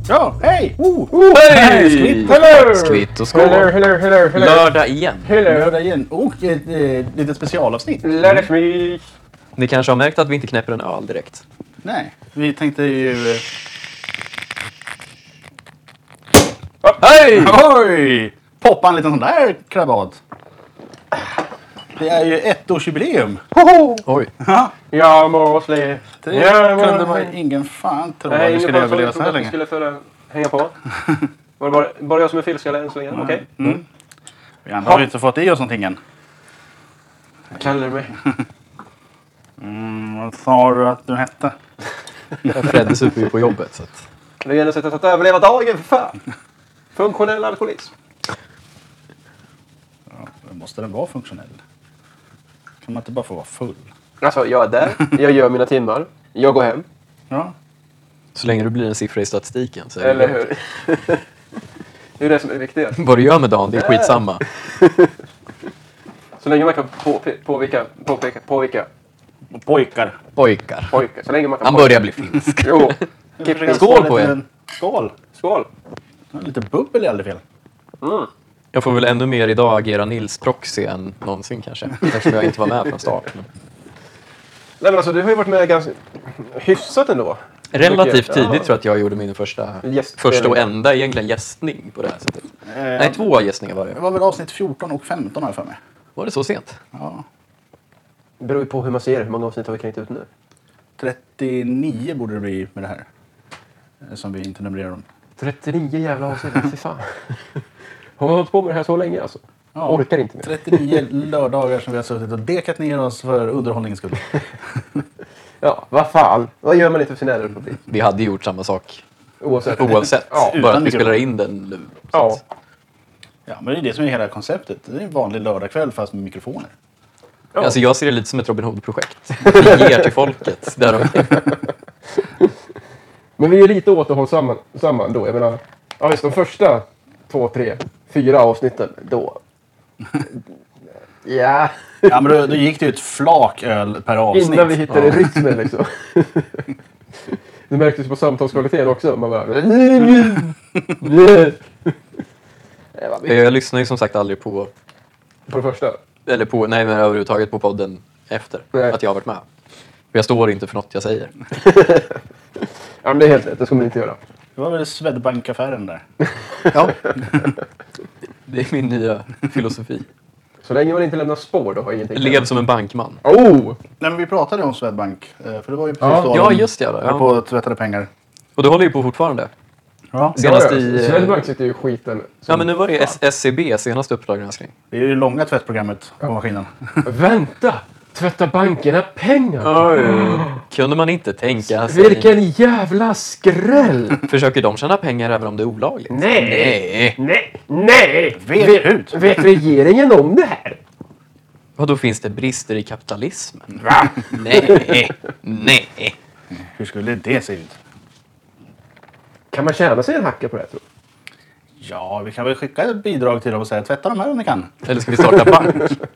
Ja, hej! Hej! Skvitt och skål. Hello. Lördag igen. Lördag igen. Och ett litet specialavsnitt. Lördagsmys. Ni kanske har märkt att vi inte knäpper en öl direkt. Nej, vi tänkte ju... Hej! Oj! Poppa en liten sån där krabat. Det är ju 1-årsjubileum. Oj. Jag måste... Det kunde man ingen fan tro att vi skulle överleva så här länge. Hänga på. Var det bara jag som är filskalle än så länge? Okej. Vi andra har ju inte fått i oss någonting än. Kallar du mig? Vad sa du att du hette? Fredde super ju på jobbet. Så att... Det är enda sättet att överleva dagen, för fan. Funktionell alkoholism. Ja, måste den vara funktionell? Kan man inte bara få vara full? Alltså, jag är där. Jag gör mina timmar. Jag går hem. Ja. Så länge du blir en siffra i statistiken så är Eller det hur? Det är det som är viktigt. vad du gör med dagen, det är skitsamma. Så länge man kan påvika. Pojkar. Pojkar. Så länge man kan Han börjar bli finsk. Jo. Skål på er. Skål. Skål. Lite bubbel är aldrig fel. Jag får väl ännu mer idag agera Nils proxy än någonsin kanske. Eftersom jag inte var med från start. Nej men alltså, du har ju varit med ganska hyfsat ändå. Relativt tidigt tror jag att jag gjorde min första och enda egentligen gästning på det här sättet. Nej, 2 gästningar var det. Det var väl avsnitt 14 och 15 här för mig. Var det så sent? Ja. Det beror ju på hur man ser det. Hur många avsnitt har vi kränkt ut nu? 39 borde det bli med det här. Som vi inte numrerar om. 39 jävla avsnitt. Fy fan. Har man hållit på med det här så länge alltså? Ja, orkar inte mer. 39 lördagar som vi har suttit och dekat ner oss för underhållningens skull. Ja, vad fan. Vad gör man inte för sin äldrepublik? Vi hade gjort samma sak Oavsett. ja, utan bara att vi mikrofon. spelar in den nu. Ja. Ja, men det är det som är hela konceptet. Det är en vanlig lördagkväll fast med mikrofoner. Ja. Alltså jag ser det lite som ett Robin Hood-projekt. Vi ger till folket. Där Men vi är lite återhållsamma då. Jag menar, ja, visst, de första 2, 3, 4 avsnitten då. Ja. Ja, men då gick det ju ett flak öl per avsnitt. Innan vi hittade rytmen liksom. Det märktes på samtalskvaliteten också. Man bara... jag lyssnar ju som sagt aldrig på På det första. eller på, nej men överhuvudtaget på podden efter att jag har varit med. För jag står inte för något jag säger. Ja, men det är helt rätt. Det ska man inte göra. Det var väl Swedbank-affären där. Ja. Det är min nya filosofi. Så länge man inte lämnar spår då har ingenting. Lev som en bankman. Oh! Nej, men vi pratade om Swedbank. För det var ju precis då Ja, de just det. höll Ja. på att tvätta pengar. Och det håller ju på fortfarande. Ja. Senast i... Swedbank sitter ju i skiten. Ja, men nu var det SCB, senaste uppdraggranskning. Det är ju det långa tvättprogrammet på maskinen. Vänta! Tvätta bankerna pengar? Oj. Kunde man inte tänka sig... Vilken jävla skräll! Försöker de tjäna pengar även om det är olagligt? Nej! Nej! Vet. Vet regeringen om det här? Och då finns det brister i kapitalismen? Va? Nej. Hur skulle det se ut? Kan man tjäna sig en hacka på det här, tror du? Ja, vi kan väl skicka ett bidrag till dem och säga tvätta de här om ni kan. Eller ska vi starta bank?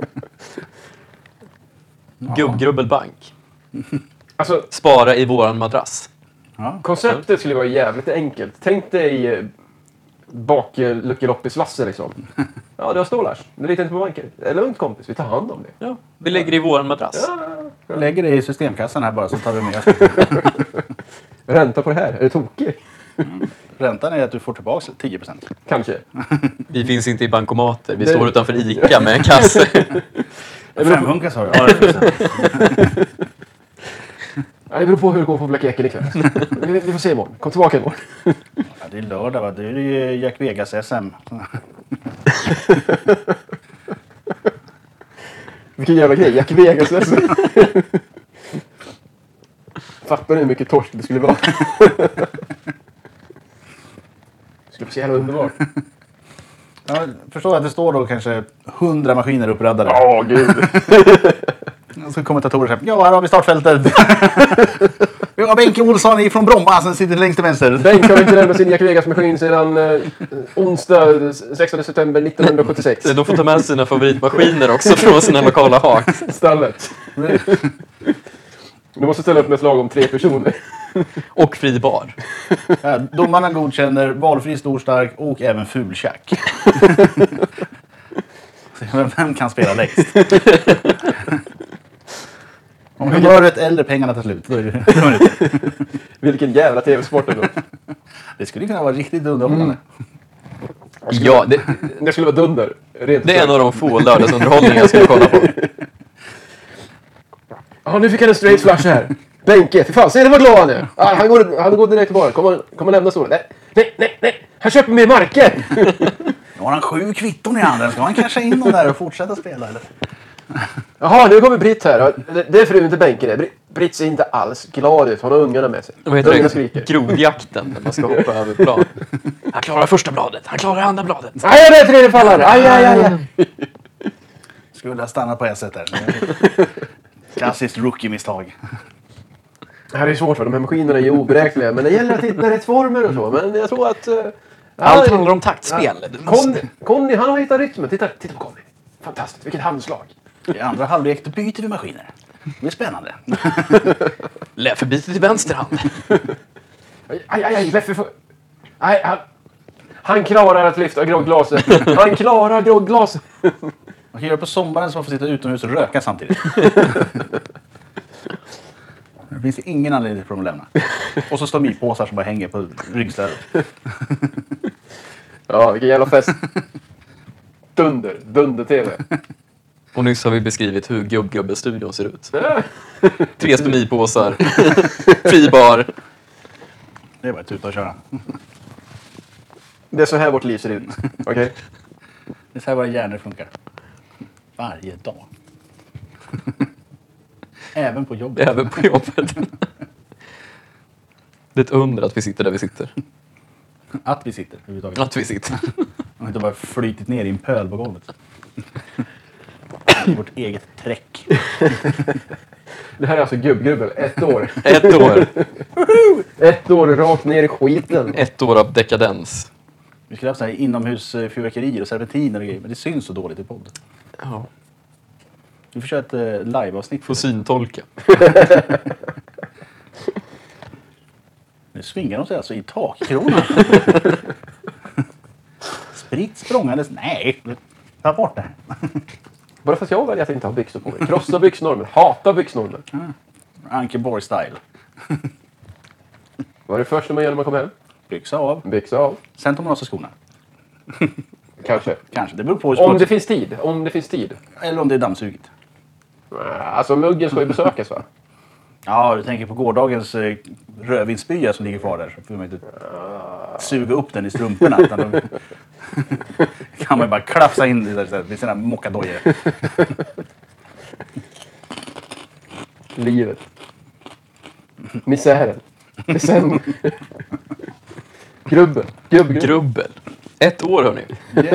Gubbgrubbelbank. Alltså, Spara i våran madrass. Ja. konceptet skulle vara jävligt enkelt. Tänk dig bakluckeloppis-Lasse liksom. Ja, du har stålars. Du litar inte på banker. Det är lugnt kompis, vi tar hand om det. Ja, vi lägger i våran madrass. Jag lägger det i systemkassan här bara så tar vi med. Ränta på det här, är det tokig? Räntan är att du får tillbaka 10%. Kanske. Vi finns inte i bankomater. Vi står utanför ICA med en kasse. 500 sa jag. Ja, det finns det. Ja, det beror på hur det går på Black Eken ikväll. Vi får se imorgon. Kom tillbaka imorgon. Ja, det är lördag va? Det är ju Jack Vegas SM. Vilken jävla grej. Jack Vegas alltså. Fattar ni hur mycket torsk det skulle vara? Det skulle vara så jävla underbart. Ja, förstår att det står då kanske 100 maskiner uppraddade. Ja, gud. Och så kommentatorer säger, ja här har vi startfältet. Vi har Benke Olsson ifrån Bromma som sitter längst till vänster. Bengt har inte lämnat sin Jack Vegas-maskin sedan onsdag 16 september 1976. De får ta med sina favoritmaskiner också från sina lokala hak. Stallet. Du måste ställa upp med ett lag om 3 personer. Och fri bar. Ja, domarna godkänner valfri storstark och även fultjack. Vem kan spela längst? Om humöret eller pengarna tar slut. Då är det. Vilken jävla tv-sport ändå. Det skulle kunna vara riktigt underhållande. Ja, Det skulle vara dunder. Rent det är en av de få lördagsunderhållningar jag skulle kolla på. Ja, nu fick han en straight flush här. Benke, för fan, se det vad glad han är. Han går direkt till baren. Kommer lämna stolen. Nej. Han köper mer marker. Nu har han 7 kvitton i handen. Ska han casha in dem där och fortsätta spela? Eller? Jaha, nu kommer Britt här. Det är frun till Benke det. Britt ser inte alls glad ut. Hon har ungarna med sig. Vad heter det? Grodjakten, när man ska hoppa över plan. Han klarar första bladet. Han klarar andra bladet. Nej, det är tredje fallare. Aj. Skulle ha stannat på S1 där. Klassiskt rookie-misstag. Det här är svårt för de här maskinerna är ju oberäkneliga. Men det gäller att hitta rätt former och så. Men jag tror att... Allt handlar om taktspel. Conny, han har hittat rytmen. Titta på Conny. Fantastiskt, vilket handslag. I andra halvlek byter vi maskiner. Det är spännande. Leffe byter till vänster hand. Aj, Leffe får... Aj, han klarar att lyfta grogglaset. Han klarar grogglaset. Man kan göra på sommaren så man får sitta utomhus och röka samtidigt. Det finns ingen anledning för dem att lämna. Och så stomipåsar som bara hänger på ryggstödet. Ja, vilken jävla fest. Dunder-tv. Och nyss har vi beskrivit hur gubbgubbestudion ser ut. 3 stomipåsar. Fri bar. Det är bara att tuta och köra. Det är så här vårt liv ser ut. Okej? Det är så här våra hjärnor funkar. Varje dag. Även på jobbet. Även på jobbet. Det är ett under att vi sitter där vi sitter. Att vi sitter överhuvudtaget. Att vi sitter. Om inte bara flytit ner i en pöl på golvet. Vårt eget träck. Det här är alltså gubbgrubbel. 1 år. 1 år. 1 år rakt ner i skiten. 1 år av dekadens. Vi skulle ha så här inomhusfyrverkerier och serpentiner och grejer. Men det syns så dåligt i podd. Ja. Vi får köra ett live-avsnitt. Får syntolka. Nu svingar de sig alltså i takkronan. Spritt språngandes. Nej, ta bort det här. Bara för att jag väljer att inte ha byxor på mig. Krossa byxnormen. Hata byxnormen. Anke Borg-style. Vad är det första man gör när man kommer hem? Byxa av. Byxa av. Sen tar man av sig skorna. Kanske. Kanske, det beror på hur Om smuts- det finns tid. Om det finns tid. Eller om det är dammsugit. Alltså muggen ska ju besökas va? Ja, du tänker på gårdagens rödvinsspya som ligger kvar där. Så får man inte suga upp den i strumporna. Utan då kan man bara klapsa in det där vid sina mockadojor. Livet. Misären. Misär. Grubbel. Grubbel. 1 år hörni.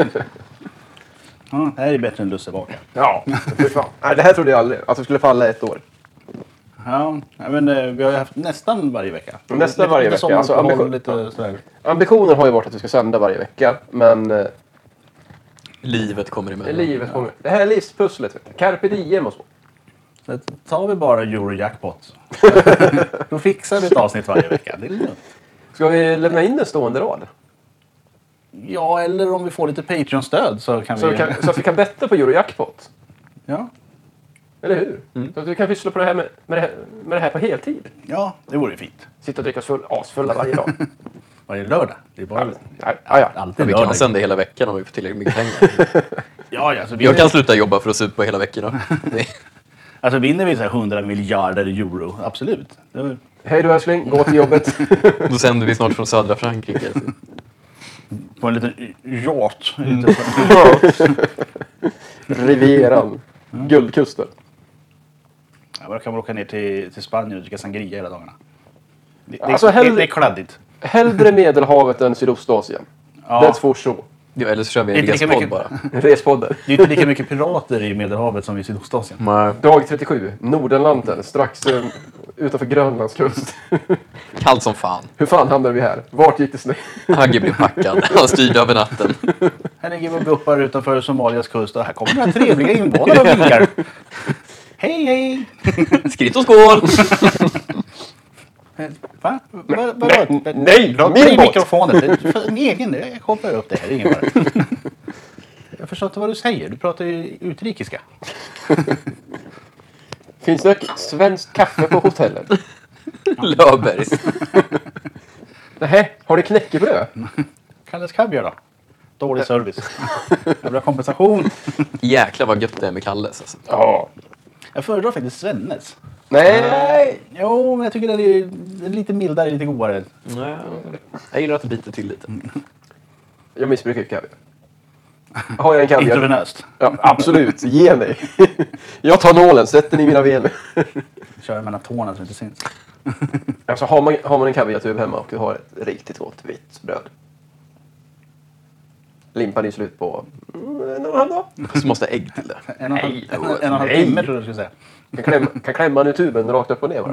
Ja, det här är bättre än lussebaka. Ja, för fan. Nej, det här trodde jag aldrig. Att det skulle falla 1 år. Ja, men vi har ju haft nästan varje vecka. Nästan varje vecka. Alltså, Lite sådär. ambitionen har ju varit att vi ska sända varje vecka. Men Livet kommer emellan. livet kommer... Det här är livspusslet. Vet du. Carpe diem och så. Så tar vi bara Eurojackpot. Då fixar vi ett avsnitt varje vecka. Det är lugnt. Ska vi lämna in en stående rad? Ja, eller om vi får lite Patreon-stöd så kan Så, vi... så att vi kan betta på Eurojackpot. Ja. Eller hur? Så att vi kan pyssla på det här med det här på heltid. Ja, det vore ju fint. Sitta och dricka oss asfulla varje dag. Varje lördag. Det är bara Ja. alltid Vi lördag. kan sända hela veckan om vi får tillräckligt mycket pengar. Ja, alltså, Jag kan sluta jobba för att supa hela veckorna. alltså vinner vi så här 100 miljarder euro, absolut. Det var... Hej då älskling, gå till jobbet. Då sänder vi snart från södra Frankrike. På en liten yacht. Rivieran. Guldkusten. Ja, kan man åka ner till Spanien och dricka sangria hela dagarna. Alltså, det är kladdigt. Hellre Medelhavet än Sydostasien. Ja. That's for sure. Ja, eller så kör vi en Inte lika respodd mycket- bara. Respodden. Det är inte lika mycket pirater i Medelhavet som i Sydostasien. Nej. Dag 37. Nordenlanten. Strax utanför Grönlands kust. Kallt som fan. Hur fan hamnade vi här? Vart gick det snett? Hagge blev packad. Han styrde över natten. Här ligger vi guppar utanför Somalias kust och här kommer några trevliga invånare och vinkar. Hej, hej! Skritt och skål! Va? Nej, Dra min i båt! mikrofonen. Det är för en egen. Jag kopplar upp det här. Ingen bara. Jag förstår inte vad du säger. Du pratar ju utrikiska. Finns det svenskt kaffe på hotellet? Löfbergs. Nej, har du knäckebröd? Kalles Kaviar då? Dålig service. Jävla kompensation. Jäklar vad gött det är med Kalles alltså. Ja. Jag föredrar faktiskt Svennes. Nej! Jo, men jag tycker det är lite mildare, lite godare. Jag gillar att det biter till lite. Jag missbrukar ju kaviar. Har jag en kaviar? Intravenöst. Ja, absolut. Ge mig. Jag tar nålen, sätter den i mina ben. Kör mellan tårna så det inte syns. Alltså har man en kaviartub hemma och du har ett riktigt gott vitt bröd. Limpan är slut på en och en halv dag. Så måste ägg till det. En och en halv timme tror jag du skulle säga. Kan klämma ner tuben rakt upp och ner bara.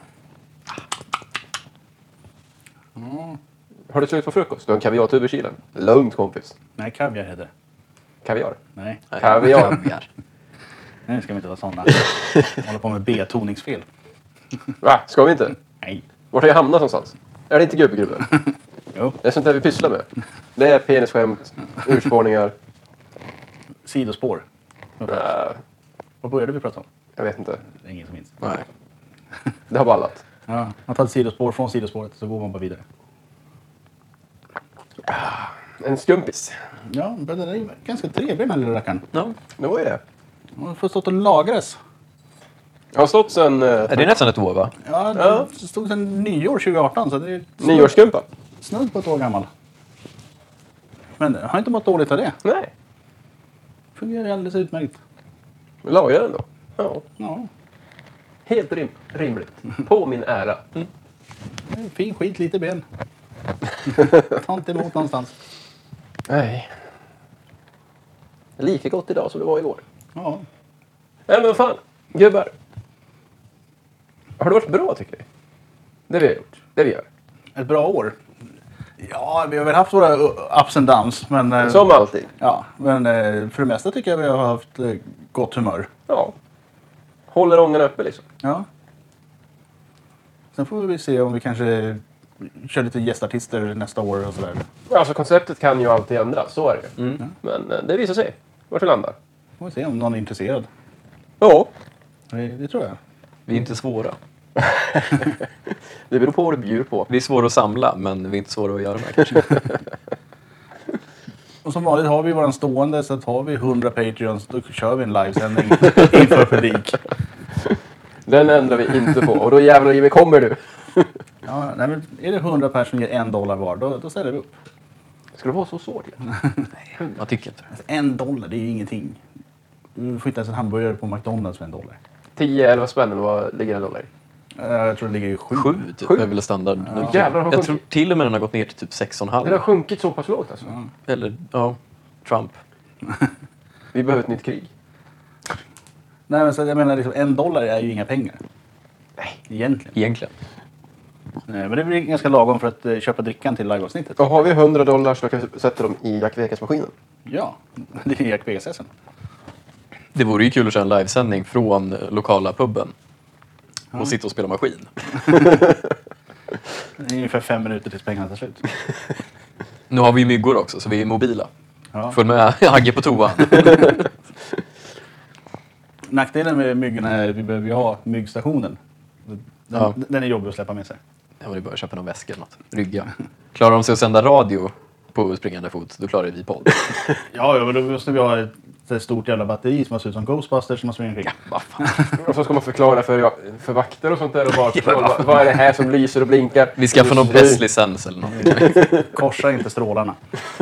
Har du slut på frukost? Du har en kaviartub i kylen. Lugnt kompis. Nej, kaviar heter det. Kaviar. Nej. Kaviar. Nu ska vi inte vara sådana. Håller på med betoningsfel. Va? Ska vi inte? Nej. Vart har jag hamnat någonstans? Är det inte gubbgrubben? Jo. Det är sånt där vi pysslar med. Det är penisskämt, urspårningar. Sidospår. Vad började vi prata om? Jag vet inte. Det är ingen som minns. Nej. Det har ballat. Ja, man tar ett sidospår från sidospåret så går man bara vidare. En skumpis. Ja, men den är ju ganska trevlig den här lilla rackaren. Ja. Det var ju det. Man får stått och lagras. Jag har stått sen Är det nästan ett år va? Ja, det stod sedan nyår 2018 så det är nyårsskumpa. snudd på ett år gammal. Men jag har inte mått dåligt av det. Nej, Fungerar alldeles utmärkt. lagar den då. Ja. Ja, Helt rimligt. På min ära. det är fin skit, lite ben. Ta inte emot någonstans. Nej. Lika gott idag som det var igår. Ja, Nej men fan, gubbar. Har det varit bra tycker ni? Det vi har gjort. Det vi gör. ett bra år. Ja, vi har väl haft våra ups and downs. Men, Som alltid. ja, men för det mesta tycker jag vi har haft gott humör. Ja. Håller ångan uppe liksom. Ja. Sen får vi se om vi kanske kör lite gästartister nästa år och sådär. Alltså konceptet kan ju alltid ändras, så är det. Men det visar sig vart det landar. Får vi se om någon är intresserad. Ja. Det tror jag. Vi är inte svåra. Det beror på vad du bjuder på. Vi är svåra att samla, men vi är inte svåra att göra med kanske. Och som vanligt har vi våran stående, så att har vi 100 Patreons då kör vi en livesändning inför publik. Den ändrar vi inte på. Och då jävlar Jimmy kommer du. Ja, nej, men är det 100 personer som ger $1 var, då ställer vi upp. Ska det vara så svårt? Ja? Man tycker inte. Alltså, $1, det är ju ingenting. Du får inte ens en hamburgare på McDonalds för $1. 10-11 spänn eller vad ligger en dollar i? Jag tror det ligger i 7. 7 typ är väl standard nu. Jävlar, har Jag sjunkit. tror till och med den har gått ner till typ 6,5. Den har sjunkit så pass lågt alltså. Eller, ja, Trump. Vi behöver ett nytt krig. Nej, men så jag menar liksom, $1 är ju inga pengar. Nej, egentligen. Nej, men det blir ganska lagom för att köpa drickan till liveavsnittet. Och har vi $100 så kan vi sätta dem i Jack Vegas-maskinen. Ja, det är Jack Vegas-essen. Det vore ju kul att köra en livesändning från lokala puben. Och sitta och spela maskin. Det är ungefär 5 minuter tills pengarna tar slut. Nu har vi ju myggor också, så vi är mobila. Ja. Följ med Agge på toan. Nackdelen med myggorna är att vi behöver ju ha myggstationen. Den är jobbig att släppa med sig. Jag vill bara köpa någon väska eller något. Rygga. Klarar de sig att sända radio på springande fot, då klarar vi podd. Ja, men då måste vi ha ett stort jävla batteri som ser ut som Ghostbusters som springer omkring. Vad fan. Och så ska man förklara för vakter och sånt där. Och bara förklara, vad är det här som lyser och blinkar? Vi skaffar någon presslicens eller något. Korsa inte strålarna.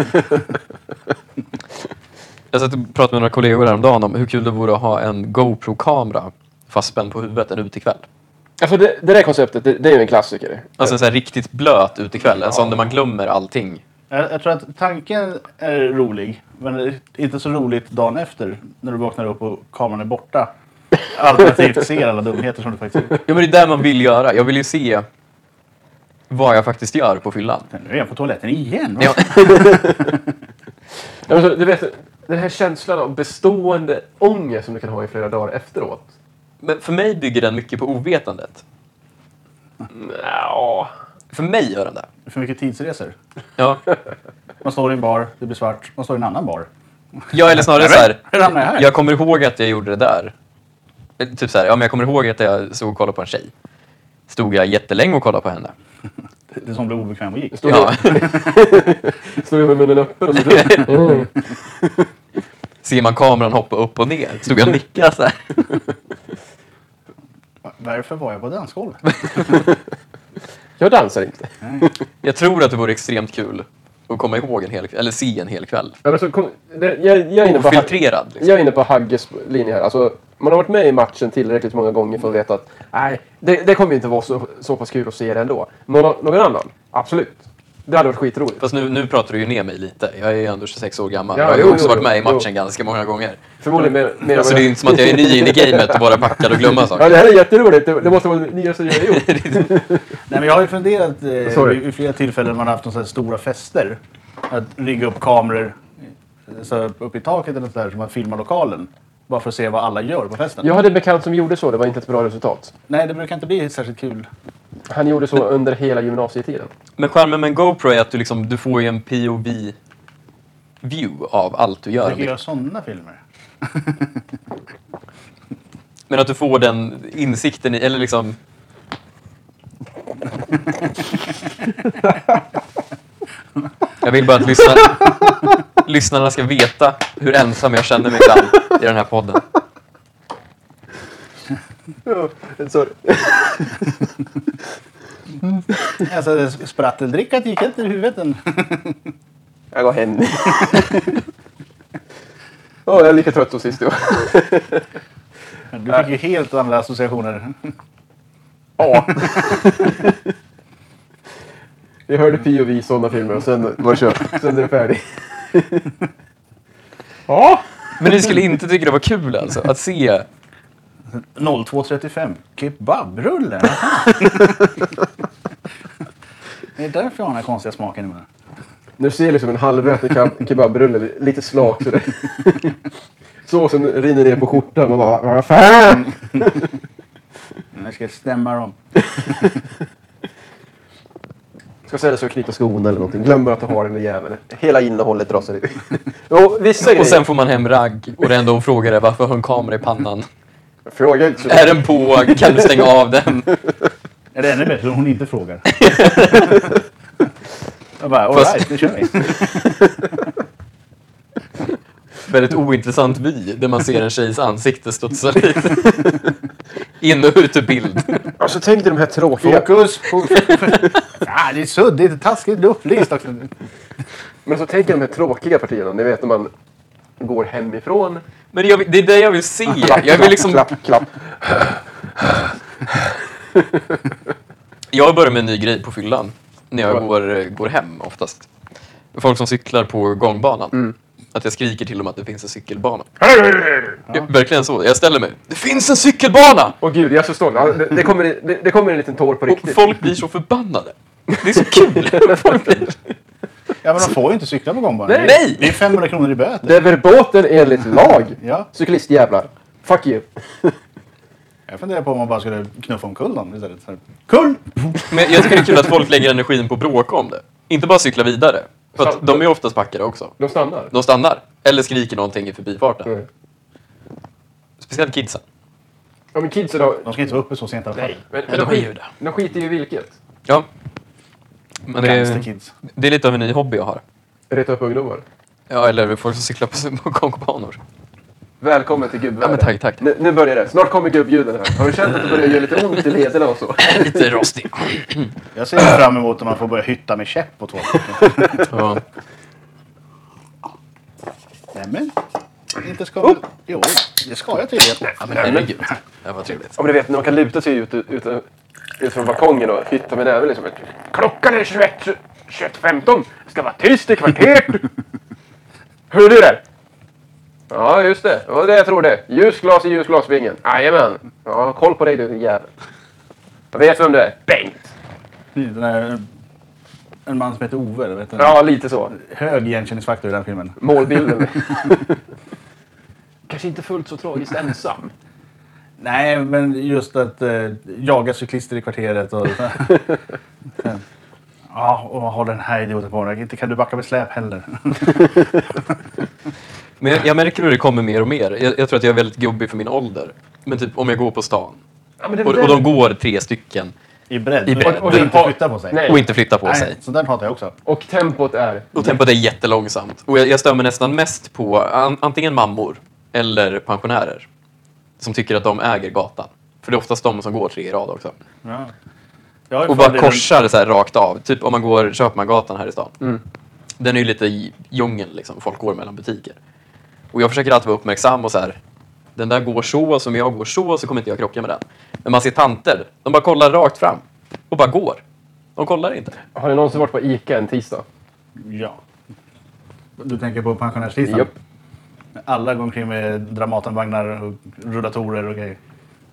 Jag satt och pratade med några kollegor häromdagen om hur kul det vore att ha en GoPro-kamera fastspänd på huvudet en utekväll. Alltså det där konceptet, det är ju en klassiker. Alltså en sån här riktigt blöt utekväll. En sån där man glömmer allting. Jag tror att tanken är rolig, men det är inte så roligt dagen efter när du vaknar upp och kameran är borta. Alternativt ser alla dumheter som du faktiskt gjort. Ja, men det är det man vill göra. Jag vill ju se vad jag faktiskt gör på fyllan. Nu är jag på toaletten igen. Ja. Alltså, du vet, den här känslan av bestående ångest som du kan ha i flera dagar efteråt. Men för mig bygger den mycket på ovetandet. Ja. För mig gör den det. För mycket tidsresor. Ja. Man står i en bar, det blir svart. Man står i en annan bar. Ja, eller snarare så här. Hur hamnar jag här? Jag kommer ihåg att jag gjorde det där. Typ så här, ja men jag kommer ihåg att jag såg och kollade på en tjej. Stod jag jättelänge och kollade på henne. Det som blev obekväm och gick. Ja. Står jag med munnen öppen och så Ser man kameran hoppa upp och ner. Stod jag och nickade så här. Varför var jag på dansgolvet? Jag dansar inte. Jag tror att det vore extremt kul att komma ihåg en hel kväll, eller se en hel kväll. Alltså, jag är inne på Ofiltrerad. Liksom. Jag är inne på Hagges linje här. Alltså, man har varit med i matchen tillräckligt många gånger för att veta att nej, det kommer inte vara så pass kul att se det ändå. Någon annan? Absolut. Det hade varit skitroligt. Fast nu pratar du ju ner mig lite. Jag är ju ändå 26 år gammal. Ja, jag har ju jo, också jo, varit med i jo. matchen ganska många gånger. Förmodligen mer Så det är inte som att jag är ny in i gamet och bara packar och glömmer saker. Ja, det här är jätteroligt. Det måste vara det nyaste jag har gjort. Nej, men jag har ju funderat Sorry. vid flera tillfällen man har haft sådana stora fester. Att rigga upp kameror så upp i taket eller sådär, så man filmar lokalen. Bara för att se vad alla gör på festen. Jag hade en bekant som gjorde så. Det var inte ett bra resultat. Nej, det brukar inte bli särskilt kul. Han gjorde så under hela gymnasietiden. Men charmen med en GoPro är att du får ju en POV-view av allt du Jag gör. tycker göra sådana filmer. Men att du får den insikten i, eller liksom... Jag vill bara att lyssnarna ska veta hur ensam jag känner mig ibland i den här podden. Ja, sorry. Alltså, spratteldrickat gick inte i huvudet än. Jag går hem. Jag är lika trött som sist. Du fick ju helt andra associationer. Ja. Jag hörde POV sådana filmer och sen var det kört. Sen är det färdigt. Ja. Men ni skulle inte tycka det var kul alltså, att se... 02.35. Kebabrulle. Det är därför jag har den här konstiga smaken i munnen. När du ser liksom en halvätlig kebabrulle, lite slak sådär. Såsen rinner ner på skjortan och bara, vad fan! Jag ska stämma dem. Ska säga det så knyta skon eller någonting. Glöm bara att du har den med jäveln. Hela innehållet drar sig. Jo, vissa grejer. Och sen får man hem ragg och det enda hon frågar är varför har en kamera i pannan? Fråga inte så. Är den på? Kan du stänga av den? Är det ännu bättre om hon inte frågar? Jag bara, all right, nu kör vi. Väldigt ointressant vy där man ser en tjejs ansikte studsa lite. In och ut ur bild. Alltså tänk dig de här tråkiga. Fokus! Det är suddigt, taskigt upplyst också. Men så tänk dig de här tråkiga partierna. Ni vet när man går hemifrån. Men det är det jag vill se. Jag vill liksom... Klapp. Jag börjar med en ny grej på fyllan. När jag går hem oftast. Folk som cyklar på gångbanan. Att jag skriker till dem att det finns en cykelbana. Ja, verkligen så. Jag ställer mig. Det finns en cykelbana! Åh gud, jag är så stolt. Ja, det kommer en liten tår på Och riktigt. folk blir så förbannade. Det är så kul. Folk blir... Ja, men de får ju inte cykla på gångbanan. Nej! Det är 500 kronor i böter. Det är verboten enligt lag. Ja. Cyklistjävlar. Fuck you. Jag funderar på om man bara skulle knuffa omkull dem istället. Så här, kull! Men jag tycker det är kul att folk lägger energin på att bråka om det. Inte bara cykla vidare. För att de är oftast packade också. De stannar. De stannar. Eller skriker någonting i förbifarten. Mm. Speciellt kidsen. Ja, men kidsen har... De ska inte vara uppe så sent i alla fall. Men de är ju det. de skiter ju i vilket. Ja. Men Gangsterkids. det är lite av en ny hobby jag har. Reta upp ungdomar. Ja, eller folk som cyklar på gångbanor. Välkommen till gubbvärlden. Ja, men tack. Nu börjar det. Snart kommer gubbljuden här. Har du känt att det börjar göra lite ont i lederna och så? Lite rostig. Jag ser fram emot att man får börja hytta med käpp på 2 Ja. Nämen. Inte ska väl... Jo, det ska jag tydligen. Ja, men herregud. Det var trevligt. Ja, men du vet, när man kan luta sig ut från balkongen och hytta med näven liksom. Klockan är 21.15. Ska vara tyst i kvarteret. Hör du det? Ja, just det. Det var det jag trodde. Ljusglas i ljusglasvingen. Jajamän. Ja, koll på dig du jävel. Jag vet vem du är. Bengt. Den här, en man som heter Ove. Vet du? Ja, lite så. Hög igenkänningsfaktor i den filmen. Målbilden. Kanske inte fullt så tragiskt ensam. Nej, men just att jaga cyklister i kvarteret och ja, och ha den här idioten på dig. Inte kan du backa med släp heller. Men jag märker hur det kommer mer och mer. Jag tror att jag är väldigt gubbig för min ålder. Men typ om jag går på stan. Ja, men Och de går 3 stycken. I bredd. I bredd. Och inte flytta på sig. Nej. Och inte flytta på sig. Nej, så där hatar jag också. Och tempot är... Och tempot är jättelångsamt. Och jag stör mig nästan mest på antingen mammor eller pensionärer. Som tycker att de äger gatan. För det är oftast de som går 3 i rad också. Ja. Jag har ju Och bara fördelen- korsar så här rakt av. Typ om man går Köpmangatan här i stan. Den är ju lite i djungel liksom. Folk går mellan butiker. Och jag försöker alltid vara uppmärksam och så här. Den där går så, som jag går så kommer inte jag krocka med den. Men man ser tanter. De bara kollar rakt fram. Och bara går. De kollar inte. Har ni någonsin varit på Ica en tisdag? Ja. Du tänker på pensionärslistan? Japp. Alla går omkring med Dramatenvagnar och rullatorer och grejer.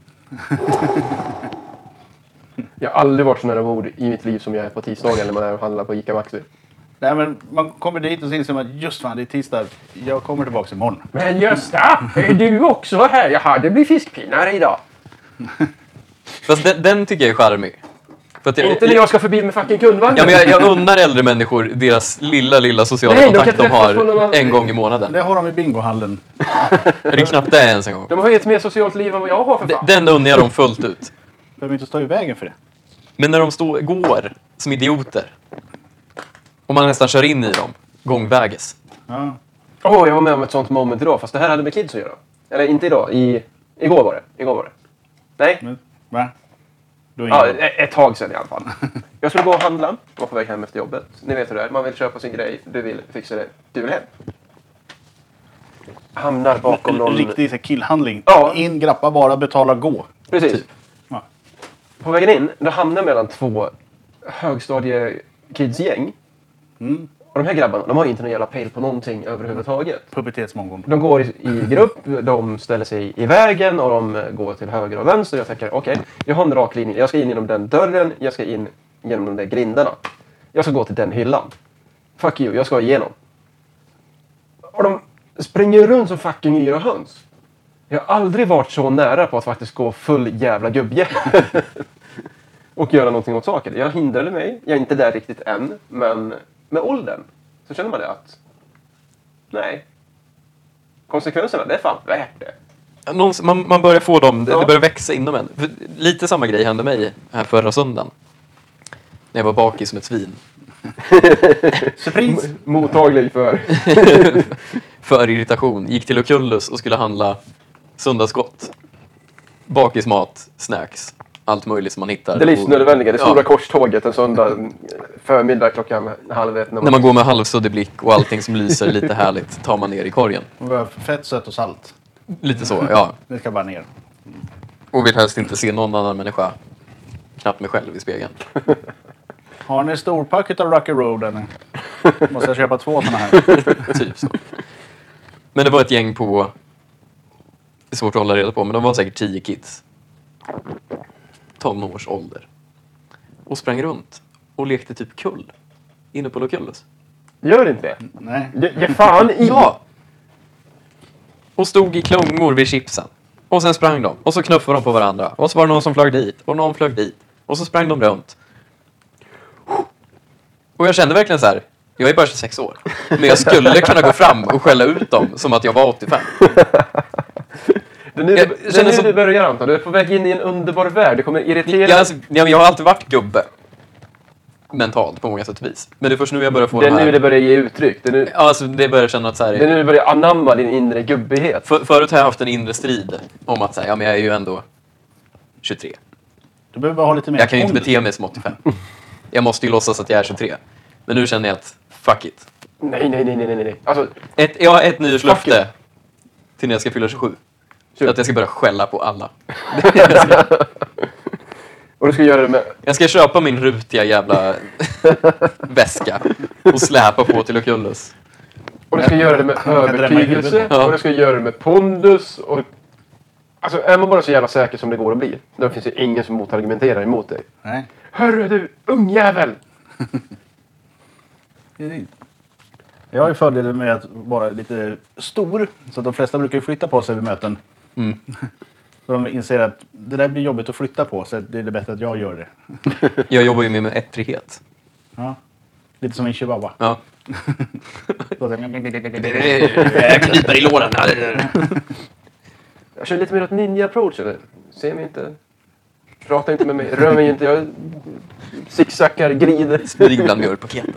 Jag har aldrig varit så nära mord i mitt liv som jag är på tisdagar när man är och handlar på Ica Maxi. Nej, men man kommer dit och så inser man att just fan, det är tisdag. Jag kommer tillbaka imorgon. Men Gösta, är du också här? Jaha, det blir fiskpinnar idag. Fast den tycker jag är charmig. För att Inte när jag ska förbi med fucking kundvagnen. Ja, men jag unnar äldre människor deras lilla sociala Nej, de kontakt kan de träffas på någon har annan- en gång i månaden. Det har de i bingohallen. Det är knappt det ens en gång. De har ju ett mer socialt liv än vad jag har för fan. Den unnar jag dem fullt ut. Behöver inte stå i vägen för det. Men när de går som idioter och man nästan kör in i dem gångväges. Ja. Jag var med om ett sånt moment idag, fast det här hade med kids att göra. Eller inte idag, igår var det. Nej, Men, va? Du ja, ingen... ett tag sedan i alla fall. Jag skulle gå och handla, var på väg hem efter jobbet. Ni vet hur det är, man vill köpa sin grej, du vill fixa det, du vill hem. Hamnar bakom någon... Riktig så här killhandling. Ja. In, grappa bara, betala, gå. Precis. Typ. Ja. På vägen in, då hamnar jag mellan 2 högstadiekidsgäng. Och de här grabbarna, de har inte någon jävla pejl på någonting överhuvudtaget. Pubertetsmongon. De går i grupp, de ställer sig i vägen och de går till höger och vänster. Jag tänker, okej, jag har en rak linje. Jag ska in genom den dörren, jag ska in genom de där grindarna. Jag ska gå till den hyllan. Fuck you, jag ska igenom. Och de springer runt som fucking yra höns. Jag har aldrig varit så nära på att faktiskt gå full jävla gubbje. Och göra någonting åt saker. Jag hindrade mig, jag är inte där riktigt än, men med åldern så känner man det att nej. Konsekvenserna, det är fan värt det. Man börjar få dem, det Ja. börjar växa inom en. För lite samma grej hände mig här förra söndagen. När jag var bakis som ett svin. Surprise! Mottaglig för... För irritation. Gick till Oculus och skulle handla söndagsgott. Bakismat, snacks, allt möjligt som man hittar. Det livsnödvändiga, det stora Ja. korståget en söndag förmiddag klockan 12:30. När man går med halvsuddig blick och allting som lyser lite härligt tar man ner i korgen. Och vi har fett, sött och salt. Lite så, ja. Det ska bara ner. Och vill helst inte se någon annan människa. Knappt mig själv i spegeln. Har ni storpacket av Rocky Road eller? Måste jag köpa 2 såna här? Typ så. Men det var ett gäng på... Det är svårt att hålla reda på, men de var säkert 10 kids. 12 års ålder. Och sprang runt och lekte typ kull. Inne på Oculus. Gör inte det. Nej. Ge fan i... Ja! Och stod i klungor vid chipsen. Och sen sprang de. Och så knuffade de på varandra. Och så var det någon som flög dit. Och någon flög dit. Och så sprang de runt. Och jag kände verkligen så här. Jag är bara 26 år. Men jag skulle kunna gå fram och skälla ut dem som att jag var 85. Det är nu, Jag det är känner nu som- du börjar Anton. Du är på väg in i en underbar värld. Du kommer irritera... Jag har alltid varit gubbe. Mentalt på många sätt och vis. Men det är först nu jag börjar få Det är de här... nu det börjar ge uttryck. Det är nu, Ja, alltså det börjar känna att så här... det är nu du börjar anamma din inre gubbighet. Förut har jag haft en inre strid om att säga, ja men jag är ju ändå 23. Du behöver bara ha lite mer Jag kan ju inte pondus. bete mig som 85. Jag måste ju låtsas att jag är 23. Men nu känner jag att, fuck it. Nej. Alltså, Jag har ett nyårslöfte Fuck till när jag ska fylla 27. Kul. Att jag ska börja skälla på alla. och du ska göra det med... Jag ska köpa min rutiga jävla väska och släpa på till Oculus. Och du ska göra det med övertygelse. Ja. Och du ska göra det med pondus. Och... Alltså, är man bara så jävla säker som det går att bli, då finns det ingen som motargumenterar emot dig. Nej. Hörru du, ungjävel! Jag har ju fördelen med att vara lite stor. Så att de flesta brukar ju flytta på sig vid möten. Så de inser att det där blir jobbigt att flytta på, så det är det bättre att jag gör det. Jag jobbar ju med ettrighet. Ja. Lite som en chihuahua. Ja. Så att Jag kniper i låren. Jag kör lite mer åt ninja-approach, eller? Ser mig inte. Pratar inte med mig. Rör mig inte. Jag zigzaggar, glider. Smyger bland mjölkpaketen.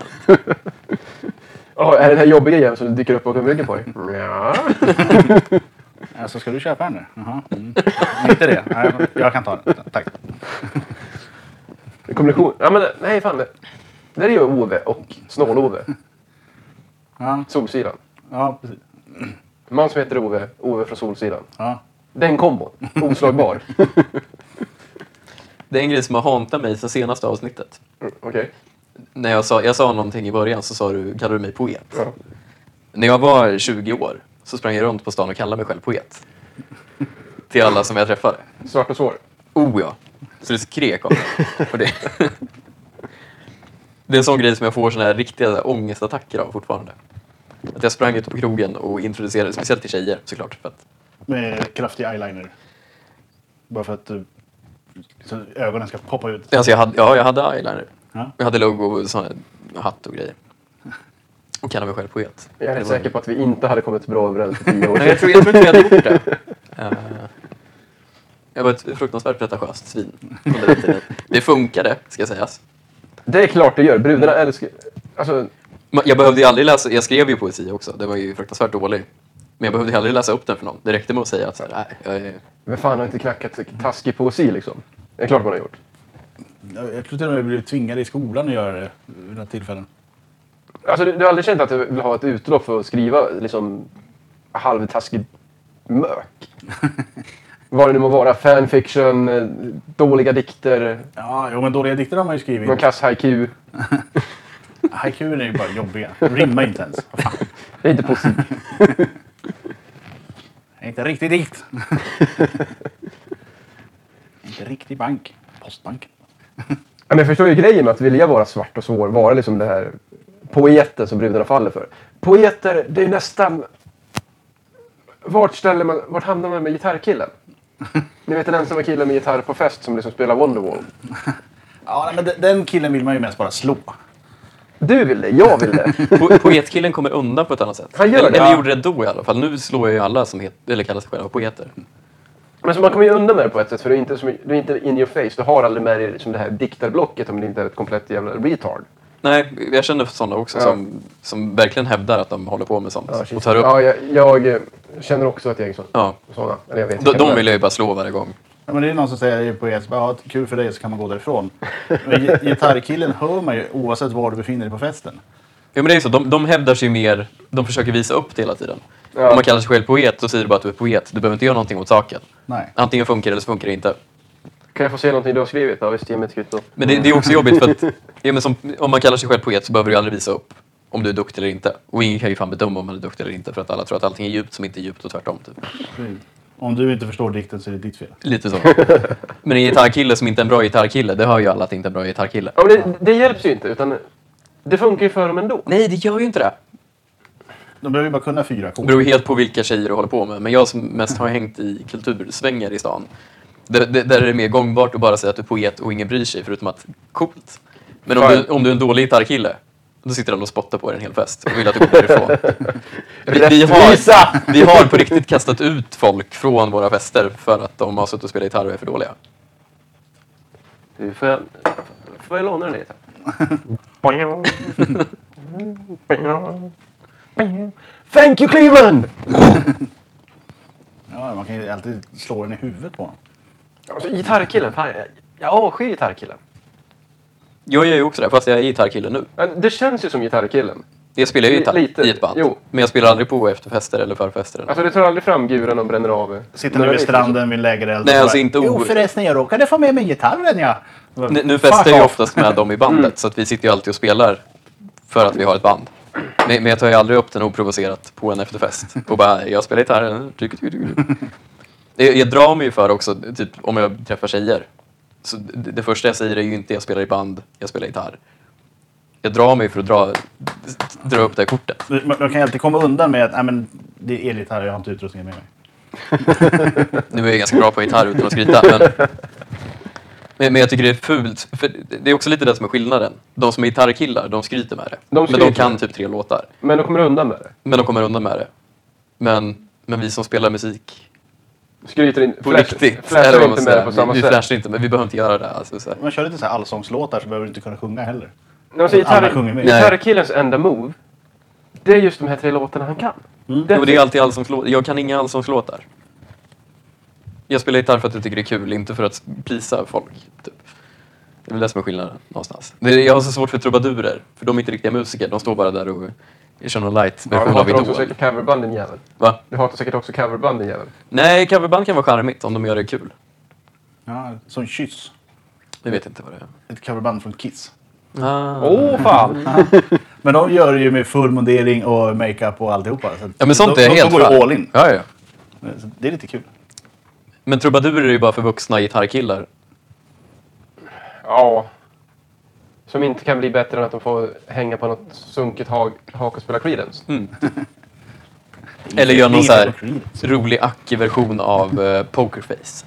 Är det den här jobbiga jäveln som dyker upp bakom ryggen på dig? Ja. Alltså, ska du köpa den nu? Jaha. Inte det. Nej, jag kan ta den. Tack. Kombination. Ja, men nej, fan. Det är ju Ove och Snål-Ove. Ja. Solsidan. Ja, precis. En man som heter Ove. Ove från Solsidan. Ja. Den kombon. Oslagbar. Det är en grej som har hantat mig sen senaste avsnittet. Okej. När jag sa någonting i början så kallade du mig poet. Ja. När jag var 20 år så sprang jag runt på stan och kallade mig själv poet. Till alla som jag träffade. Svart och svår. Oh ja. Så det skrek om det. Och det. Det är en sån grej som jag får såna här riktiga ångestattacker av fortfarande. Att jag sprang ut på krogen och introducerade, speciellt till tjejer såklart. För att... Med kraftig eyeliner. Bara för att så ögonen ska poppa ut. Alltså jag hade eyeliner. Ja. Jag hade logo och sån här hatt och grejer. Och kallade mig själv poet. Jag är rätt säker på att vi inte hade kommit bra överens för 10 år Nej, sedan. jag tror inte vi hade gjort det. Jag var ett fruktansvärt pretentiöst svin under den tiden. Det funkade, ska sägas. Det är klart det gör. Brudarna älskar... Alltså, Jag behövde ju aldrig läsa, jag skrev ju poesi också, det var ju fruktansvärt dålig. Men jag behövde ju aldrig läsa upp den för någon. Det räckte med att säga att så här, nej, jag är... vem fan har inte knackat taskig poesi liksom? Det är klart man har gjort. Jag tror till och med jag blev tvingad i skolan att göra det vid några tillfällen. Alltså du har aldrig känt att du vill ha ett utlopp för att skriva liksom halvtaskig mök? Vad det nu må vara, fanfiction, dåliga dikter, Ja, jo, men dåliga dikter har man ju skrivit. någon kass haiku. Haiku är ju bara jobbiga. Rimmar inte ens. Vad fan. Det är inte poesi. Det är inte riktigt dikt. Inte riktig bank. Postbanken. Men jag förstår ju grejen med att vilja vara svart och svår, vara liksom det här poeten som brudarna faller för. Poeter, det är nästan... Vart hamnar man med gitarrkillen? Ni vet den ensamma killen med gitarr på fest som liksom spelar Wonderwall. Ja, men den killen vill man ju mest bara slå. Du vill det, jag vill det. Poetkillen kommer undan på ett annat sätt. Han gör det. Eller gjorde det då i alla fall. Nu slår jag ju alla som kallar sig själva poeter. Men så man kommer ju undan med det på ett sätt, för du är inte in your face. Du har aldrig med dig liksom det här diktarblocket om det inte är ett komplett jävla retard. Nej, jag känner sådana också som verkligen hävdar att de håller på med sånt. Ja, och tar upp. Ja, jag känner också att jag är Ja. sådana. Eller jag vet inte. De vill jag ju bara slå varje gång. Ja, men det är någon som säger på ett ja, kul för dig så kan man gå därifrån. Men gitarrkillen hör man ju oavsett var du befinner dig på festen. Ja, men det är så. De hävdar sig mer. De försöker visa upp det hela tiden. Ja. Om man kallar sig själv poet så säger du bara att du är poet. Du behöver inte göra någonting åt saken. Nej. Antingen funkar det eller så funkar det inte. Kan jag få se någonting du har skrivit? Ja, visst, ge mig ett kvitto. Men det är också jobbigt för att om man kallar sig själv poet så behöver du aldrig visa upp om du är duktig eller inte. Och ingen kan ju fan bedöma om man är duktig eller inte för att alla tror att allting är djupt som inte är djupt och tvärtom. Typ. Om du inte förstår dikten så är det ditt fel. Lite så. Men en gitarrkille som inte är en bra gitarrkille, det hör ju alla att det inte är en bra gitarrkille. Ja, men det hjälps ju inte, utan det funkar ju för dem ändå. Nej, det gör ju inte det. De behöver ju bara kunna 4 Det ackord. beror helt på vilka tjejer du håller på med. Men jag som mest har hängt i kultursvängar i stan. Där är det mer gångbart att bara säga att du är poet och ingen bryr sig, förutom att coolt. Men om du är en dålig gitarrkille, då sitter alla och spottar på dig en hel fest och vill att du går därifrån. Vi har på riktigt kastat ut folk från våra fester för att de har suttit och spelat gitarr och är för dåliga. Du, får jag låna den lite? Thank you, Cleveland! Ja, man kan ju alltid slå den i huvudet på honom. Alltså, gitarrkillen, fan, jag avskyr gitarrkillen. Jag gör ju också det, fast jag är gitarrkille nu. Men det känns ju som gitarrkillen. Jag spelar ju gitarr Lite. i ett band. Jo. Men jag spelar aldrig på efterfester eller förfester. Alltså det tar aldrig fram guren och bränner av. Sitter nu vid stranden vid lägereld. Nej, alltså inte Jo, förresten, jag råkade få med mig gitarren, ja. Nu festar jag ju oftast med dem i bandet, så att vi sitter ju alltid och spelar för att vi har ett band. Men jag tar ju aldrig upp den oprovocerat på en efterfest. Och bara, jag spelar gitarr. Jag drar mig ju för också, typ om jag träffar tjejer. Så det första jag säger är ju inte jag spelar i band, jag spelar gitarr. Jag drar mig för att dra upp det här kortet. Man kan ju alltid komma undan med att men, det är elgitarr, jag har inte utrustningen med mig. Nu är jag ganska bra på gitarr utan att skryta. Men jag tycker det är fult. För det är också lite det som är skillnaden. De som är gitarrkillar, de skryter med det. Men de kan typ 3 låtar. Men de kommer undan med det. Men vi som spelar musik skryter inte på riktigt. Flashar inte med det på samma vi sätt. flashar inte, men vi behöver inte göra det. Alltså, så här. Man kör lite så här allsångslåtar så behöver du inte kunna sjunga heller. Alltså, sjunger med. gitarrkillens enda move, det är just de här 3 låtarna han kan. Och det är alltid allsångslåtar. Jag kan inga allsångslåtar. Jag spelar gitarr för att jag tycker det är kul, inte för att plisa folk. Typ. Det är väl det som är skillnaden någonstans. Jag har så svårt för trubadurer, för de är inte riktiga musiker. De står bara där och kör någon light-version av Du hatar också Idol. säkert coverband, din jävel. Va? Du hatar säkert också coverband, din jävel. Nej, coverband kan vara charmigt om de gör det kul. Ja, som Kyss. Jag vet inte vad det är. Ett coverband från Kiss. Fan! Men de gör det ju med full mundering och makeup och alltihopa. Så Ja, men sånt är helt de går ju all in. Ja. Så det är lite kul. Men trubadurer är ju bara för vuxna gitarrkillar. Ja. Som inte kan bli bättre än att de får hänga på något sunkigt hak och spela Creedence. Eller gör någon så här Creedence. rolig Aki-version av Pokerface.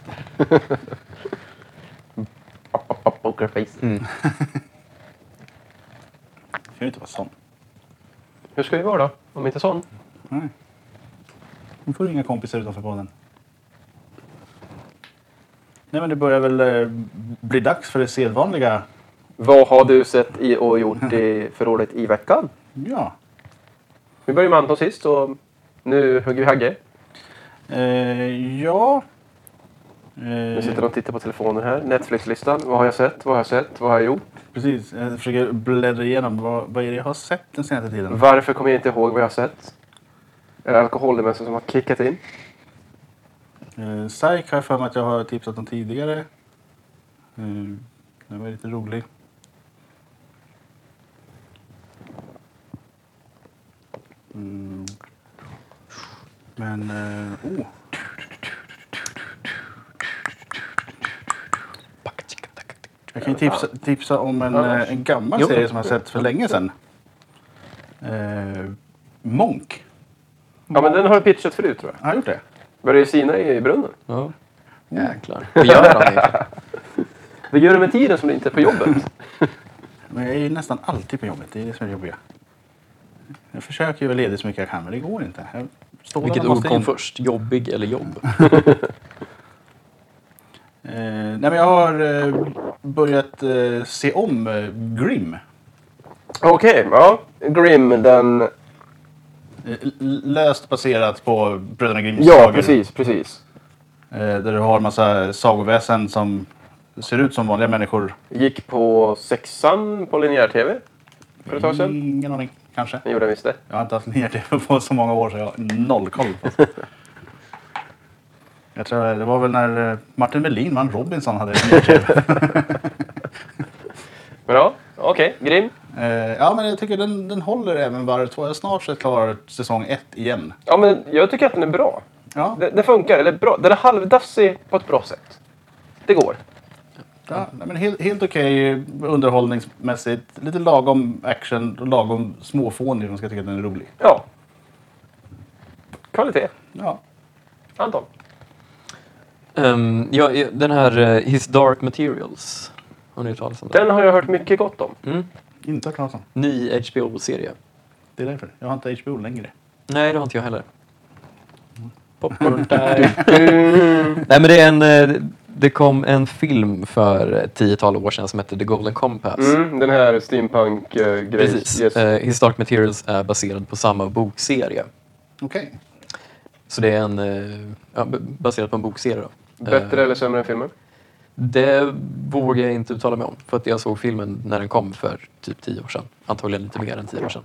Pokerface. Det kan ju inte vara sån. Hur ska vi vara då? Om inte sån? Nej. Nu får du inga kompisar utanför podden. Nej, men det börjar väl bli dags för det sedvanliga. Vad har du sett och gjort i förrådet i veckan? Ja. Vi började med Anton sist och nu hugger vi hagge. Ja. Nu sitter de och tittar på telefonen här. Netflix-listan. Vad har jag sett? Vad har jag gjort? Precis. Jag försöker bläddra igenom. Vad är det jag har sett den senaste tiden? Varför kommer jag inte ihåg vad jag har sett? Är det alkoholdemensen som har kickat in? Psych har jag för mig att jag har tipsat om tidigare. Den var lite rolig. Men... Jag kan ju tipsa om en gammal serie som jag sett för länge sedan. Monk. Ja, men den har jag pitchat förut, tror jag. Har jag gjort det? Börjar ju sina i brunnen. Ja. Jäklar. Vad gör han egentligen? Vad gör du med tiden som du inte är på jobbet? Men jag är ju nästan alltid på jobbet. Det är det som är jobbiga. Jag försöker ju vara ledig så mycket jag kan, men det går inte. Vilket ord kom först? Jobbig eller jobb? Nej, men jag har börjat se om Grimm. Okej, ja. Grimm, den... Löst baserat på Bröderna Grimms Ja, sagor. precis. Där du har en massa sagoväsen som ser ut som vanliga människor. Gick på 6:an på linjär-tv för ett tag sedan. Ingen aning, kanske. Det gjorde jag visst det. Jag har inte haft linjär-tv på så många år så jag har noll koll på. Jag tror det var väl när Martin Melin vann Robinson hade linjär-tv. Men ja, okej. Grimm. Ja, men jag tycker den håller även varje 2. Jag är snart så klar säsong 1 igen. Ja, men jag tycker att den är bra. Ja, Den funkar, eller bra. Den är halvdassig på ett bra sätt. Det går. ja men helt okej underhållningsmässigt. Lite lagom action och lagom småfånig som ska tycka att den är rolig. Ja. Kvalitet. Ja. Anton. Ja, den här His Dark Materials. Har ni hört talas om den? Den har jag hört mycket gott om. Inte hört talas om. Ny HBO-serie. Det är därför. Jag har inte HBO längre. Nej, det har inte jag heller. Popcorn time. Nej, men det är det kom en film för 10-tal år sedan som hette The Golden Compass. Den här steampunk-grejen. Precis. Yes. His Dark Materials är baserad på samma bokserie. Okej. Så det är baserat på en bokserie då. Bättre eller sämre än filmen? Det vågar jag inte uttala mig om. För att jag såg filmen när den kom för typ 10 år sedan. Antagligen lite mer än 10 år sedan.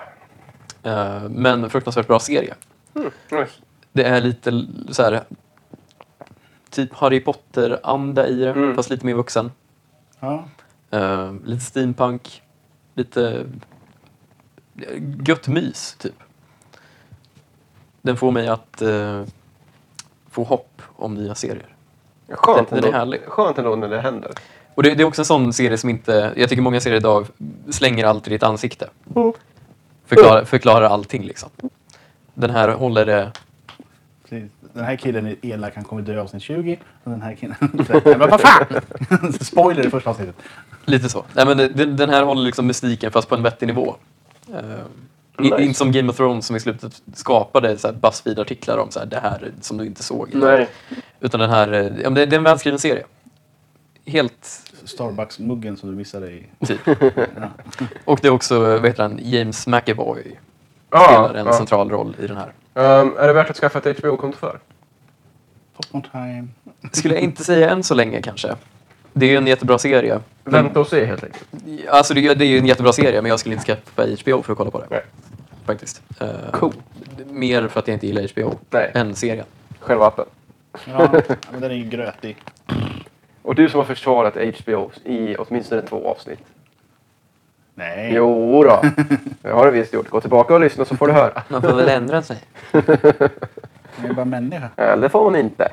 Men fruktansvärt bra serie. Nice. Det är lite så här typ Harry Potter-anda i det. Fast lite mer vuxen. Ja. Lite steampunk. Lite gött mys typ. Den får mig att få hopp om nya serier. Skönt, Den är härlig. Skönt ändå när det händer. Och det är också en sån serie som inte... Jag tycker många serier idag slänger allt i ditt ansikte. Förklarar allting liksom. Den här håller det Den här killen är elak, han kommer dö i avsnitt 20. Och den här killen... Men vad fan! Spoiler i första avsnittet. Lite så. Nej, men den här håller liksom mystiken fast på en vettig nivå. Nice. Inte som Game of Thrones som i slutet skapade så här BuzzFeed-artiklar om så här, det här som du inte såg. Nej. Utan den här, det är en välskriven serie. Helt Starbucks-muggen som du missade i... typ. Och det är också, vad heter han, James McAvoy. Ja, Spelar en ja. central roll i den här. Är det värt att skaffa ett HBO-konto för? Popcorn time. Skulle jag inte säga än så länge kanske. Det är ju en jättebra serie. Vänta och se helt enkelt. Alltså det är ju en jättebra serie, men jag skulle inte skaffa HBO för att kolla på det. Nej. Faktiskt. Cool. Mer för att jag inte gillar HBO Nej. än serien. Själva appen. Ja, men den är ju grötig. Och du som har försvarat HBO i åtminstone 2 avsnitt. Nej. Jo då. Jag har det visst gjort. Gå tillbaka och lyssna så får du höra. Man får väl ändra sig. Jag är bara människa. Eller får man inte.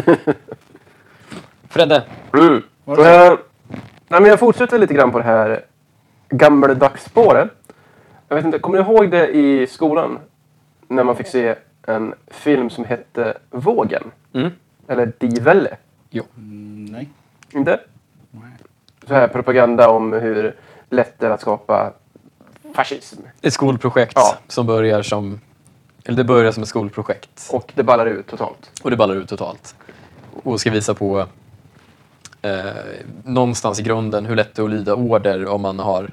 Fredde, Mm. Vad är det? Nej, men jag fortsätter lite grann på det här gammaldagsspåret. Jag vet inte, kommer du ihåg det i skolan? När man fick se en film som hette Vågen. Mm. Eller Die Welle. Jo. Nej. Inte? Nej. Så här propaganda om hur lätt det är att skapa fascism. Ett skolprojekt Ja. som börjar som... Eller det börjar som ett skolprojekt. Och det ballar ut totalt. Och det ballar ut totalt. Och ska visa på någonstans i grunden hur lätt det är att lyda order om man har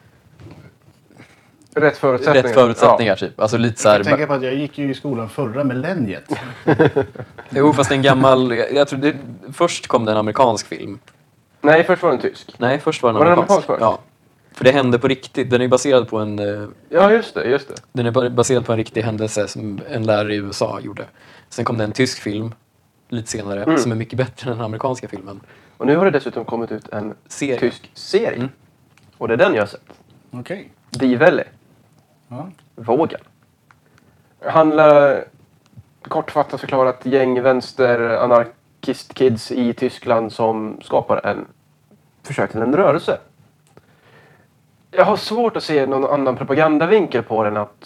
Rätt förutsättningar. rätt förutsättningar typ. Alltså lite så Jag tänker här... på att jag gick ju i skolan förra millenniet. Jo, fast en gammal... Jag tror det, först kom det en amerikansk film. Nej, först var den tysk. Nej, först var den Var den amerikansk. amerikansk först? Ja. För det hände på riktigt. Den är baserad på en... Ja, just det. Just det. Den är baserad på en riktig händelse som en lärare i USA gjorde. Sen kom det en tysk film lite senare som är mycket bättre än den amerikanska filmen. Och nu har det dessutom kommit ut en Serie. tysk serie. Mm. Och det är den jag har sett. Okej. Die Welle. Ja. Vågen. Handlar kortfattat förklarat gäng vänster anarkist-kids i Tyskland som skapar en försök till en rörelse. Jag har svårt att se någon annan propagandavinkel på den att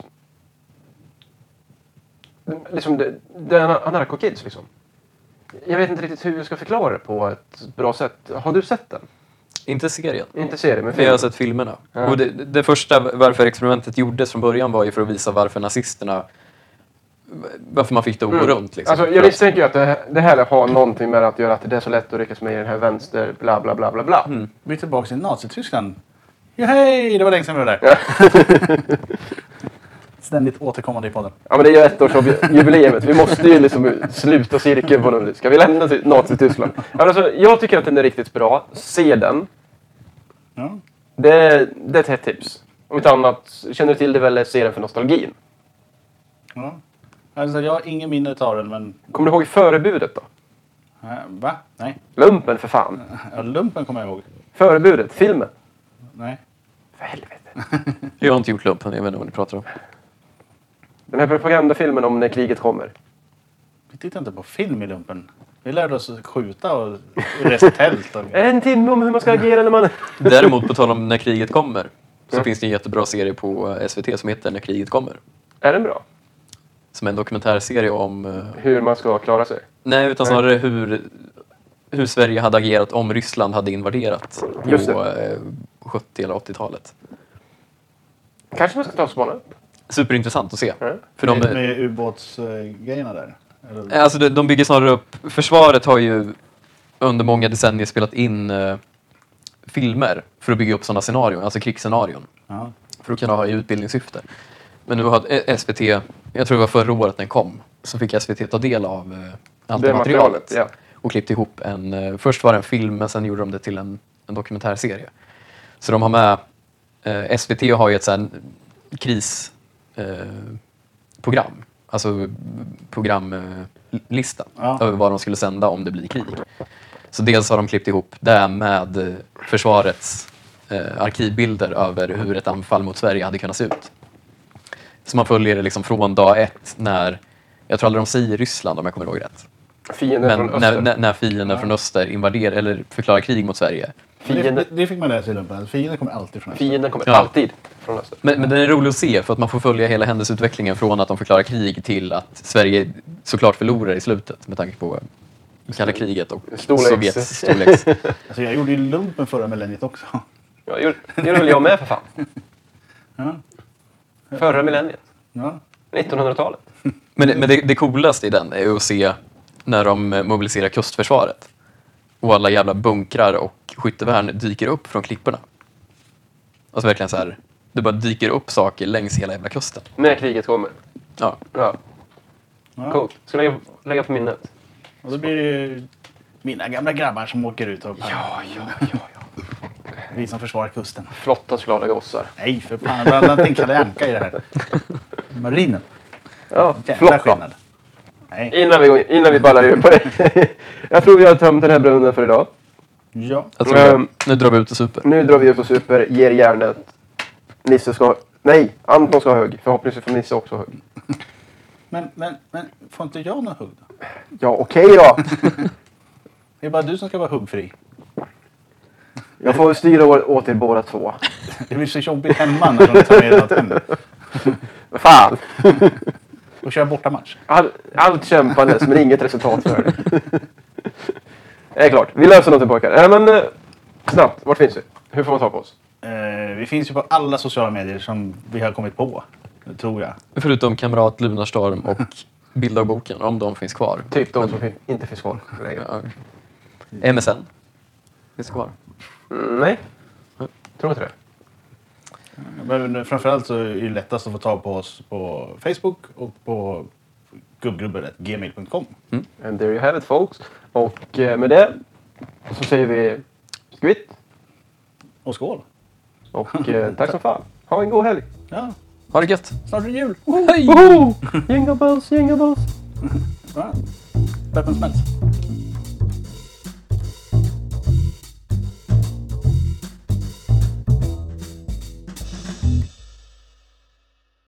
liksom det är anarko-kids liksom. Jag vet inte riktigt hur jag ska förklara det på ett bra sätt. Har du sett den? Inte serien. Inte serien, men Jag filmen. har sett filmerna. Ja. Och det första varför experimentet gjordes från början var ju för att visa varför nazisterna... Varför man fick det att gå runt. Liksom. Alltså, jag misstänker ju att det här har någonting med att göra att det är så lätt att ryckas med i den här vänster bla bla bla bla bla. Vi är tillbaka i Nazityskland. Ja, hej! Det var länge sedan vi var där. Ständigt återkommande i podden. Ja, men det är ju 1-årsjubileumet. Vi måste ju liksom sluta cirkeln på något. Ska vi lämna Nazityskland? Alltså, jag tycker att den är riktigt bra. Se den. Ja. Det är ett hett tips. Om inte annat, känner du till det väl, se den för nostalgin. Ja. Alltså, jag har ingen minne av den, men... Kommer du ihåg Förebudet då? Va? Nej. Lumpen för fan. Ja, lumpen kommer jag ihåg. Förebudet, filmen. Nej. För helvete. Jag har inte gjort lumpen, jag vet inte vad ni pratar om. Den här propagandafilmen om när kriget kommer. Vi tittar inte på film i lumpen. Vi lärde oss att skjuta och resa tält. Och... En timme om hur man ska agera när man... Däremot på tal om när kriget kommer så finns det en jättebra serie på SVT som heter När kriget kommer. Är den bra? Som är en dokumentärserie om... Hur man ska klara sig. Nej, utan snarare hur Sverige hade agerat om Ryssland hade invaderat Just på 70- eller 80-talet. Kanske man ska ta och spana upp. Superintressant att se. Mm. För de, Med ubåtsgrejerna där. Eller... alltså de bygger snarare upp... Försvaret har ju under många decennier spelat in filmer för att bygga upp sådana scenarion, alltså krigsscenarion. Ja. För att kunna ha i utbildningssyfte. Men nu har SVT, jag tror det var förra året den kom, så fick SVT ta del av allt det materialet. Ja. Och klippt ihop en... först var det en film, men sen gjorde de det till en dokumentärserie. Så de har med... SVT har ju ett sånt krisprogram. Alltså programlista över vad de skulle sända om det blir krig. Så dels har de klippt ihop det med försvarets arkivbilder över hur ett anfall mot Sverige hade kunnat se ut. Så man följer det liksom från dag 1 när... Jag tror aldrig de säger Ryssland om jag kommer ihåg rätt. Fienden Men från öster. när fienden från öster invaderar eller förklarar krig mot Sverige. Det fick man lära sig i lumpen. Fienden kommer alltid från öster. Fienden kommer alltid från öster. Men den är rolig att se för att man får följa hela händelseutvecklingen från att de förklarar krig till att Sverige såklart förlorar i slutet med tanke på kalla kriget och Sovjets storleks. Alltså jag gjorde ju lumpen förra millenniet också. Ja, det gjorde väl jag med för fan. Ja. Förra millenniet. Ja. 1900-talet. Men det coolaste i den är ju att se när de mobiliserar kustförsvaret och alla jävla bunkrar och skyttevärn dyker upp från klipporna. Alltså verkligen så här, det bara dyker upp saker längs hela jävla kusten. När kriget kommer. Ja. Ja. Coolt. Ska lägga på minnet. Och då blir det ju mina gamla grabbar som åker ut och... Ja. Vi som försvarar kusten. Flottans glada gossar. Nej, för fan. Jag blandar inte Kalle Anka i det här. Marinen. Ja, Jävla flott. skillnad. Nej. Innan vi ballar ur på det. Jag tror vi har tömt den här brunnen för idag. Ja. Jag tror nu drar vi ut och super. Nu drar vi ut och super. Ger järnet. Nisse ska... Nej, Anton ska ha hög. Förhoppningsvis får Nisse också ha hög. Men får inte jag någon hugg då? Ja, okej då. Det är bara du som ska vara huggfri. Jag får styra åt er båda två. Det blir så jobbigt hemma när de tar med något hem. Fan. Och köra bortamatch. Allt kämpandes men inget resultat för det. Det är klart. Vi löser något pojkar. Men snabbt. Vart finns vi? Hur får man ta på oss? Vi finns ju på alla sociala medier som vi har kommit på. Tror jag. Förutom Kamrat, Lunarstorm och Bilderboken, om de finns kvar. Typ de som inte finns kvar. Ja. MSN finns kvar. Nej. Tror inte det. Men framförallt så är det lättast att få tag på oss på Facebook och på gubbgrubber@gmail.com. And there you have it folks. Och med det så säger vi skvitt. Och skål. Och tack som fan. Ha en god helg. Ja, Ha det gött! snart är det jul. Hej! Jingle bells, jingle bells. Ja. Peppen smält.